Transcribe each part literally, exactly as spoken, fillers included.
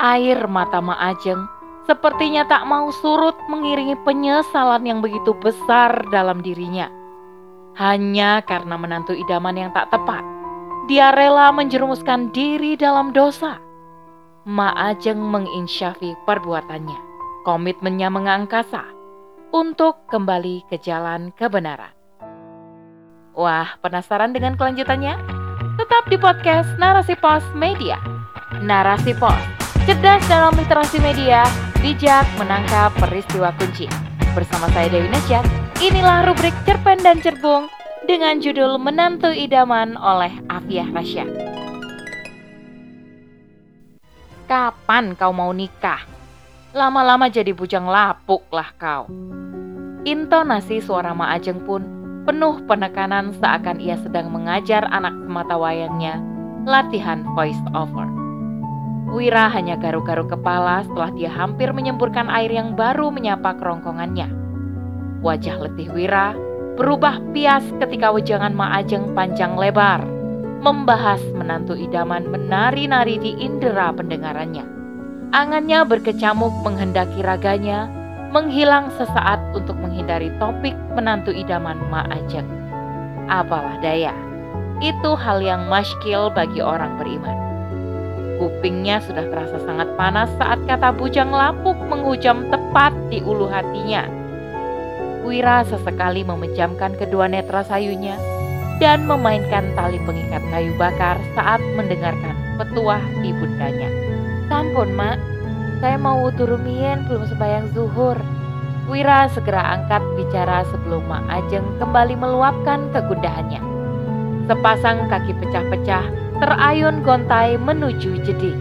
Air mata Ma Ajeng sepertinya tak mau surut mengiringi penyesalan yang begitu besar dalam dirinya. Hanya karena menantu idaman yang tak tepat, dia rela menjerumuskan diri dalam dosa. Ma Ajeng menginsyafi perbuatannya. Komitmennya mengangkasa untuk kembali ke jalan kebenaran. Wah, penasaran dengan kelanjutannya? Tetap di podcast Narasi Pos Media. Narasi Pos, cerdas dalam literasi media, bijak menangkap peristiwa kunci. Bersama saya Dewi Nasyat, inilah rubrik Cerpen dan Cerbung dengan judul Menantu Idaman oleh Afiah Rasya. Kapan kau mau nikah? Lama-lama jadi bujang lapuk lah kau. Intonasi suara Ma Ajeng pun penuh penekanan seakan ia sedang mengajar anak sematawayangnya latihan voice over. Wira hanya garuk-garuk kepala setelah dia hampir menyemburkan air yang baru menyapa kerongkongannya. Wajah letih Wira berubah pias ketika wejangan Ma Ajeng panjang lebar, membahas menantu idaman menari-nari di indera pendengarannya. Angannya berkecamuk menghendaki raganya, menghilang sesaat untuk menghindari topik menantu idaman Ma Ajeng. Apalah daya, itu hal yang masykil bagi orang beriman. Kupingnya sudah terasa sangat panas saat kata bujang lapuk menghujam tepat di ulu hatinya. Wira sesekali memejamkan kedua netra sayunya dan memainkan tali pengikat kayu bakar saat mendengarkan petuah ibundanya. Sampun Mak, saya mau wudu rumiyin belum sembahyang zuhur. Wira segera angkat bicara sebelum Ma Ajeng kembali meluapkan kegundahannya. Sepasang kaki pecah-pecah terayun gontai menuju jeding.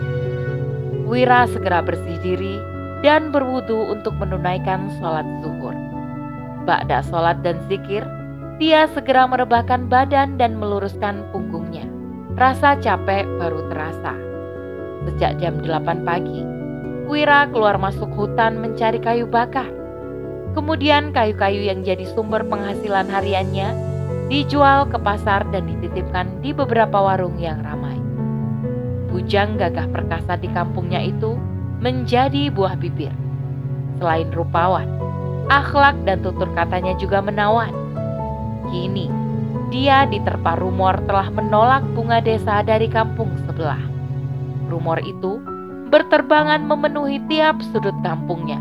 Wira segera bersih diri dan berwudu untuk menunaikan sholat zuhur. Ba'da sholat dan zikir, dia segera merebahkan badan dan meluruskan punggungnya. Rasa capek baru terasa. Sejak jam delapan pagi, Wira keluar masuk hutan mencari kayu bakar. Kemudian kayu-kayu yang jadi sumber penghasilan hariannya dijual ke pasar dan dititipkan di beberapa warung yang ramai. Bujang gagah perkasa di kampungnya itu menjadi buah bibir. Selain rupawan, akhlak dan tutur katanya juga menawan. Kini, dia diterpa rumor telah menolak bunga desa dari kampung sebelah. Rumor itu berterbangan memenuhi tiap sudut kampungnya.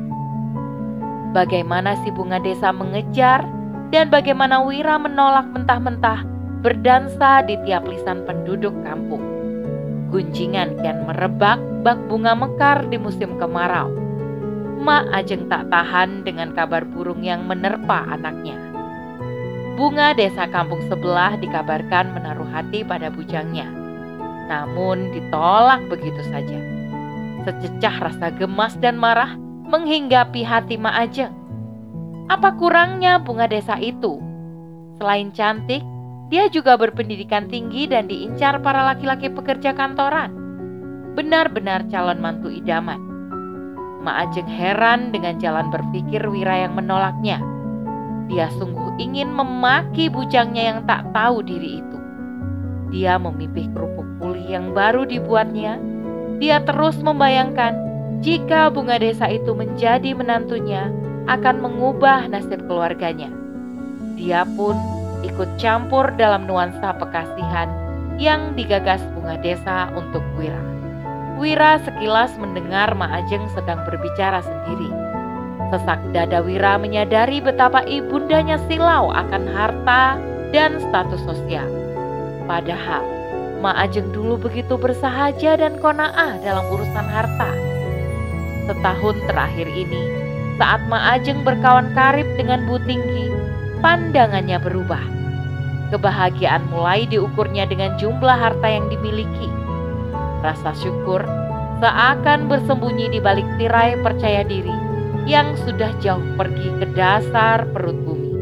Bagaimana si bunga desa mengejar dan bagaimana Wira menolak mentah-mentah berdansa di tiap lisan penduduk kampung. Gunjingan kian merebak bak bunga mekar di musim kemarau. Ma Ajeng tak tahan dengan kabar burung yang menerpa anaknya. Bunga desa kampung sebelah dikabarkan menaruh hati pada bujangnya. Namun ditolak begitu saja. Sececah rasa gemas dan marah menghinggapi hati Ma Ajeng. Apa kurangnya bunga desa itu? Selain cantik, dia juga berpendidikan tinggi dan diincar para laki-laki pekerja kantoran. Benar-benar calon mantu idaman. Ma Ajeng heran dengan jalan berpikir Wira yang menolaknya. Dia sungguh ingin memaki bujangnya yang tak tahu diri itu. Dia memipih kerupuk pulih yang baru dibuatnya. Dia terus membayangkan jika bunga desa itu menjadi menantunya akan mengubah nasib keluarganya. Dia pun ikut campur dalam nuansa pekasihan yang digagas bunga desa untuk Wira. Wira sekilas mendengar Ma Ajeng sedang berbicara sendiri. Sesak dada Wira menyadari betapa ibundanya silau akan harta dan status sosial. Padahal Ma Ajeng dulu begitu bersahaja dan qanaah dalam urusan harta. Setahun terakhir ini, saat Ma Ajeng berkawan karib dengan Bu Tinggi, pandangannya berubah. Kebahagiaan mulai diukurnya dengan jumlah harta yang dimiliki. Rasa syukur seakan bersembunyi di balik tirai percaya diri yang sudah jauh pergi ke dasar perut bumi.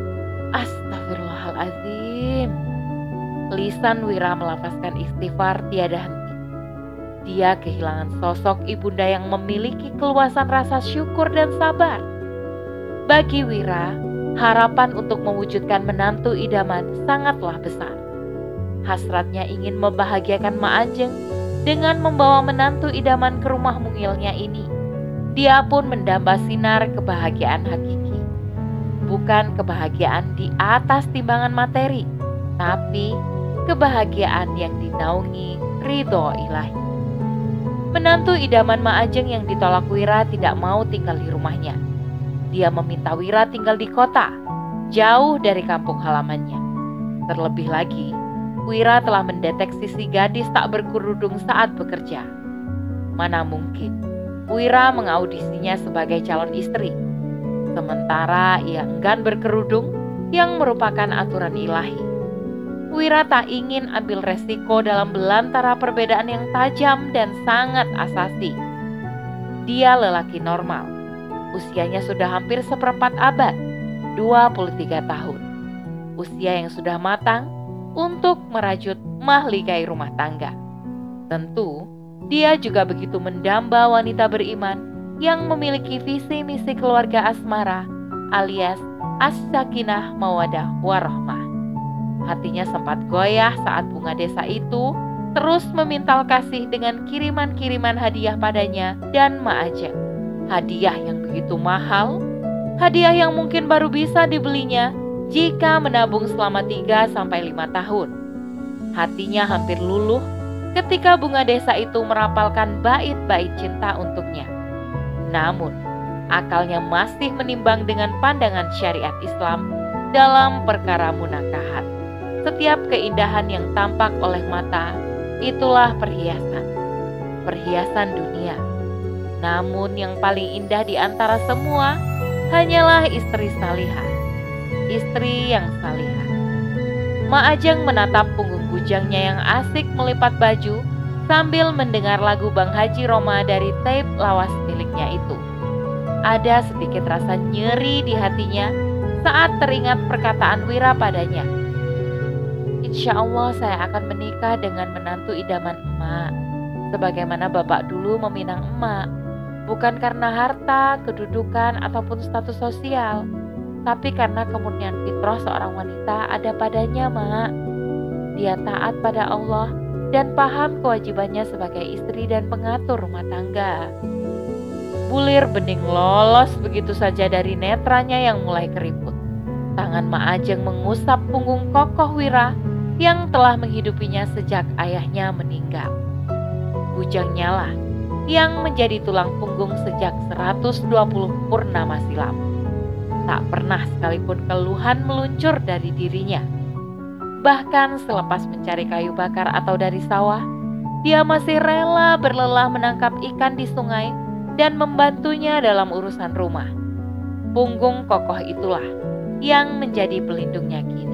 Astagfirullahaladzim. Lisan Wira melafazkan istighfar tiada henti. Dia kehilangan sosok ibunda yang memiliki keluasan rasa syukur dan sabar. Bagi Wira, harapan untuk mewujudkan menantu idaman sangatlah besar. Hasratnya ingin membahagiakan Ma Ajeng Dengan membawa menantu idaman ke rumah mungilnya ini, dia pun mendamba sinar kebahagiaan hakiki. Bukan kebahagiaan di atas timbangan materi, tapi kebahagiaan yang dinaungi ridho ilahi. Menantu idaman Ma Ajeng yang ditolak Wira tidak mau tinggal di rumahnya. Dia meminta Wira tinggal di kota, jauh dari kampung halamannya. Terlebih lagi, Wira telah mendeteksi si gadis tak berkerudung saat bekerja. Mana mungkin Wira mengaudisinya sebagai calon istri, sementara ia enggan berkerudung yang merupakan aturan ilahi. Wira tak ingin ambil resiko dalam belantara perbedaan yang tajam dan sangat asasi. Dia lelaki normal, usianya sudah hampir seperempat abad, dua puluh tiga tahun. Usia yang sudah matang untuk merajut mahligai rumah tangga. Tentu, dia juga begitu mendamba wanita beriman yang memiliki visi misi keluarga asmara alias as-sakinah mawadah warahmah. Hatinya sempat goyah saat bunga desa itu terus memintal kasih dengan kiriman-kiriman hadiah padanya dan Ma Ajeng. Hadiah yang begitu mahal, hadiah yang mungkin baru bisa dibelinya jika menabung selama tiga sampai lima tahun. Hatinya hampir luluh ketika bunga desa itu merapalkan bait-bait cinta untuknya. Namun, akalnya masih menimbang dengan pandangan syariat Islam dalam perkara munakahat. Setiap keindahan yang tampak oleh mata, itulah perhiasan. Perhiasan dunia. Namun yang paling indah di antara semua hanyalah istri salihah. Istri yang salihah. Ma Ajeng menatap punggung bujangnya yang asik melipat baju sambil mendengar lagu Bang Haji Roma dari tape lawas miliknya itu. Ada sedikit rasa nyeri di hatinya saat teringat perkataan Wira padanya. Insya Allah saya akan menikah dengan menantu idaman emak, sebagaimana bapak dulu meminang emak, bukan karena harta, kedudukan, ataupun status sosial, tapi karena kemurnian fitrah seorang wanita ada padanya, Mak. Dia taat pada Allah dan paham kewajibannya sebagai istri dan pengatur rumah tangga. Bulir bening lolos begitu saja dari netranya yang mulai keriput. Tangan Ma Ajeng mengusap punggung kokoh Wira yang telah menghidupinya sejak ayahnya meninggal. Bujangnya lah yang menjadi tulang punggung sejak seratus dua puluh purnama silam. Tak pernah sekalipun keluhan meluncur dari dirinya. Bahkan selepas mencari kayu bakar atau dari sawah, dia masih rela berlelah menangkap ikan di sungai dan membantunya dalam urusan rumah. Punggung kokoh itulah yang menjadi pelindungnya kini.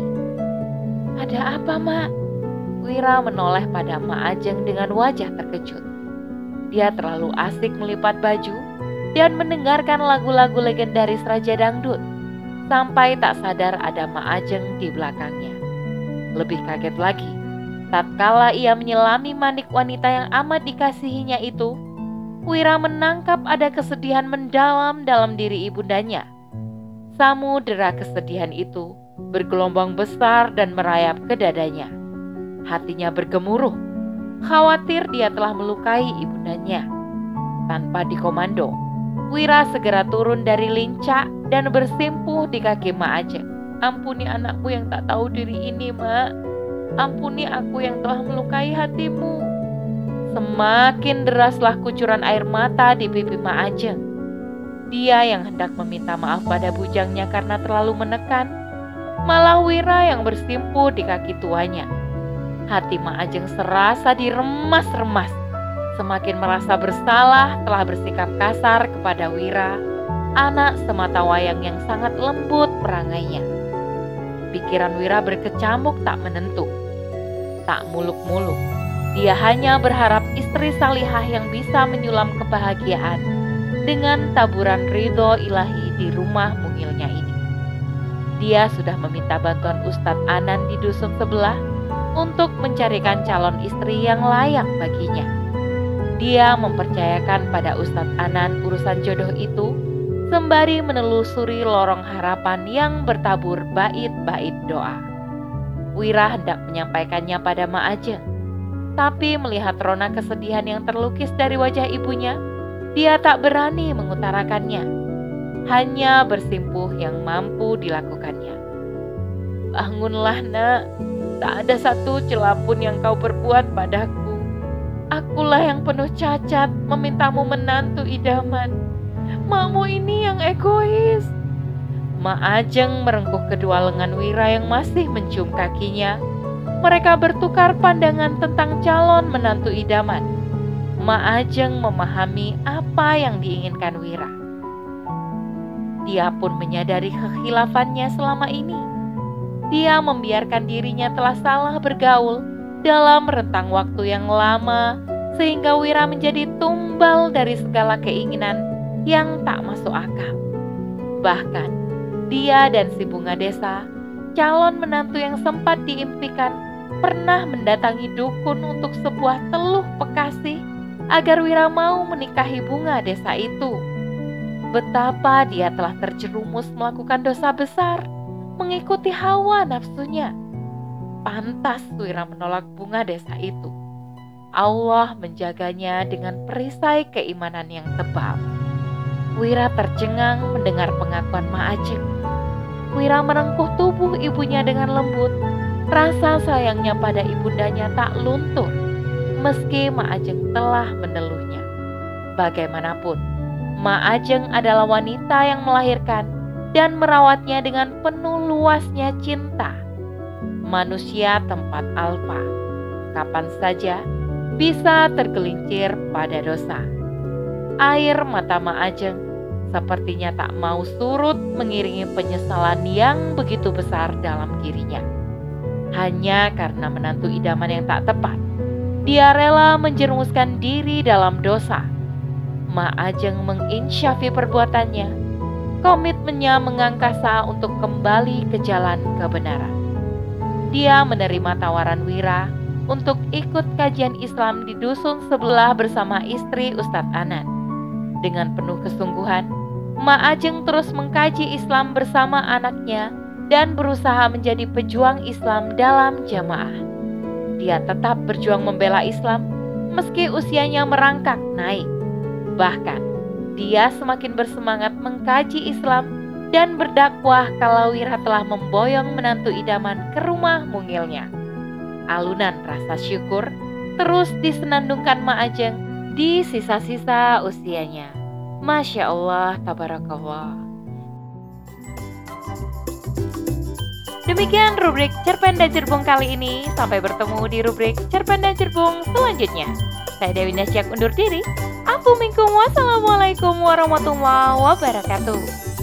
Ada apa, Mak? Wira menoleh pada Ma Ajeng dengan wajah terkejut. Dia terlalu asik melipat baju dan mendengarkan lagu-lagu legendaris Raja Dangdut, sampai tak sadar ada Ma Ajeng di belakangnya. Lebih kaget lagi, tatkala ia menyelami manik wanita yang amat dikasihinya itu, Wira menangkap ada kesedihan mendalam dalam diri ibundanya. Samudera kesedihan itu bergelombang besar dan merayap ke dadanya. Hatinya bergemuruh, khawatir dia telah melukai ibundanya. Tanpa dikomando, Wira segera turun dari lincah dan bersimpuh di kaki Ma Ajeng. Ampuni anakku yang tak tahu diri ini, Mak. Ampuni aku yang telah melukai hatimu. Semakin deraslah kucuran air mata di pipi Ma Ajeng. Dia yang hendak meminta maaf pada bujangnya karena terlalu menekan, malah Wira yang bersimpuh di kaki tuanya. Hati Ma Ajeng serasa diremas-remas. Semakin merasa bersalah telah bersikap kasar kepada Wira, anak sematawayang yang sangat lembut perangainya. Pikiran Wira berkecamuk tak menentu. Tak muluk-muluk, dia hanya berharap istri salihah yang bisa menyulam kebahagiaan dengan taburan ridho ilahi di rumah mungilnya ini. Dia sudah meminta bantuan Ustadz Anan di dusun sebelah untuk mencarikan calon istri yang layak baginya. Dia mempercayakan pada Ustadz Anan urusan jodoh itu, sembari menelusuri lorong harapan yang bertabur bait-bait doa. Wira hendak menyampaikannya pada Ma Ajeng. Tapi melihat rona kesedihan yang terlukis dari wajah ibunya, dia tak berani mengutarakannya. Hanya bersimpuh yang mampu dilakukannya. Bangunlah nak, tak ada satu celah pun yang kau perbuat padaku. Akulah yang penuh cacat memintamu menantu idaman. Makmu ini yang egois. Ma Ajeng merengkuh kedua lengan Wira yang masih mencium kakinya. Mereka bertukar pandangan tentang calon menantu idaman. Ma Ajeng memahami apa yang diinginkan Wira. Dia pun menyadari kekhilafannya selama ini. Dia membiarkan dirinya telah salah bergaul dalam rentang waktu yang lama, sehingga Wira menjadi tumbal dari segala keinginan yang tak masuk akal. Bahkan, dia dan si Bunga Desa, calon menantu yang sempat diimpikan, pernah mendatangi dukun untuk sebuah teluh pekasih agar Wira mau menikahi Bunga Desa itu. Betapa dia telah terjerumus melakukan dosa besar, mengikuti hawa nafsunya. Pantas Wira menolak Bunga Desa itu. Allah menjaganya dengan perisai keimanan yang tebal. Wira tercengang mendengar pengakuan Ma Ajeng. Wira merengkuh tubuh ibunya dengan lembut. Rasa sayangnya pada ibundanya tak luntur, meski Ma Ajeng telah meneluhnya. Bagaimanapun, Ma Ajeng adalah wanita yang melahirkan dan merawatnya dengan penuh luasnya cinta. Manusia tempat alfa, kapan saja bisa tergelincir pada dosa. Air mata Ma Ajeng sepertinya tak mau surut mengiringi penyesalan yang begitu besar dalam dirinya. Hanya karena menantu idaman yang tak tepat, dia rela menjerumuskan diri dalam dosa. Ma Ajeng menginsyafi perbuatannya. Komitmennya mengangkasa untuk kembali ke jalan kebenaran. Dia menerima tawaran Wira untuk ikut kajian Islam di dusun sebelah bersama istri Ustadz Anan. Dengan penuh kesungguhan, Ma Ajeng terus mengkaji Islam bersama anaknya dan berusaha menjadi pejuang Islam dalam jamaah. Dia tetap berjuang membela Islam meski usianya merangkak naik. Bahkan, dia semakin bersemangat mengkaji Islam dan berdakwah kalau Wira telah memboyong menantu idaman ke rumah mungilnya. Alunan rasa syukur terus disenandungkan Ma Ajeng di sisa-sisa usianya. Masya Allah, tabarakallah. Demikian rubrik Cerpen dan Cerbung kali ini. Sampai bertemu di rubrik Cerpen dan Cerbung selanjutnya. Saya Dewi Nasyak undur diri. Assalamualaikum warahmatullahi wabarakatuh.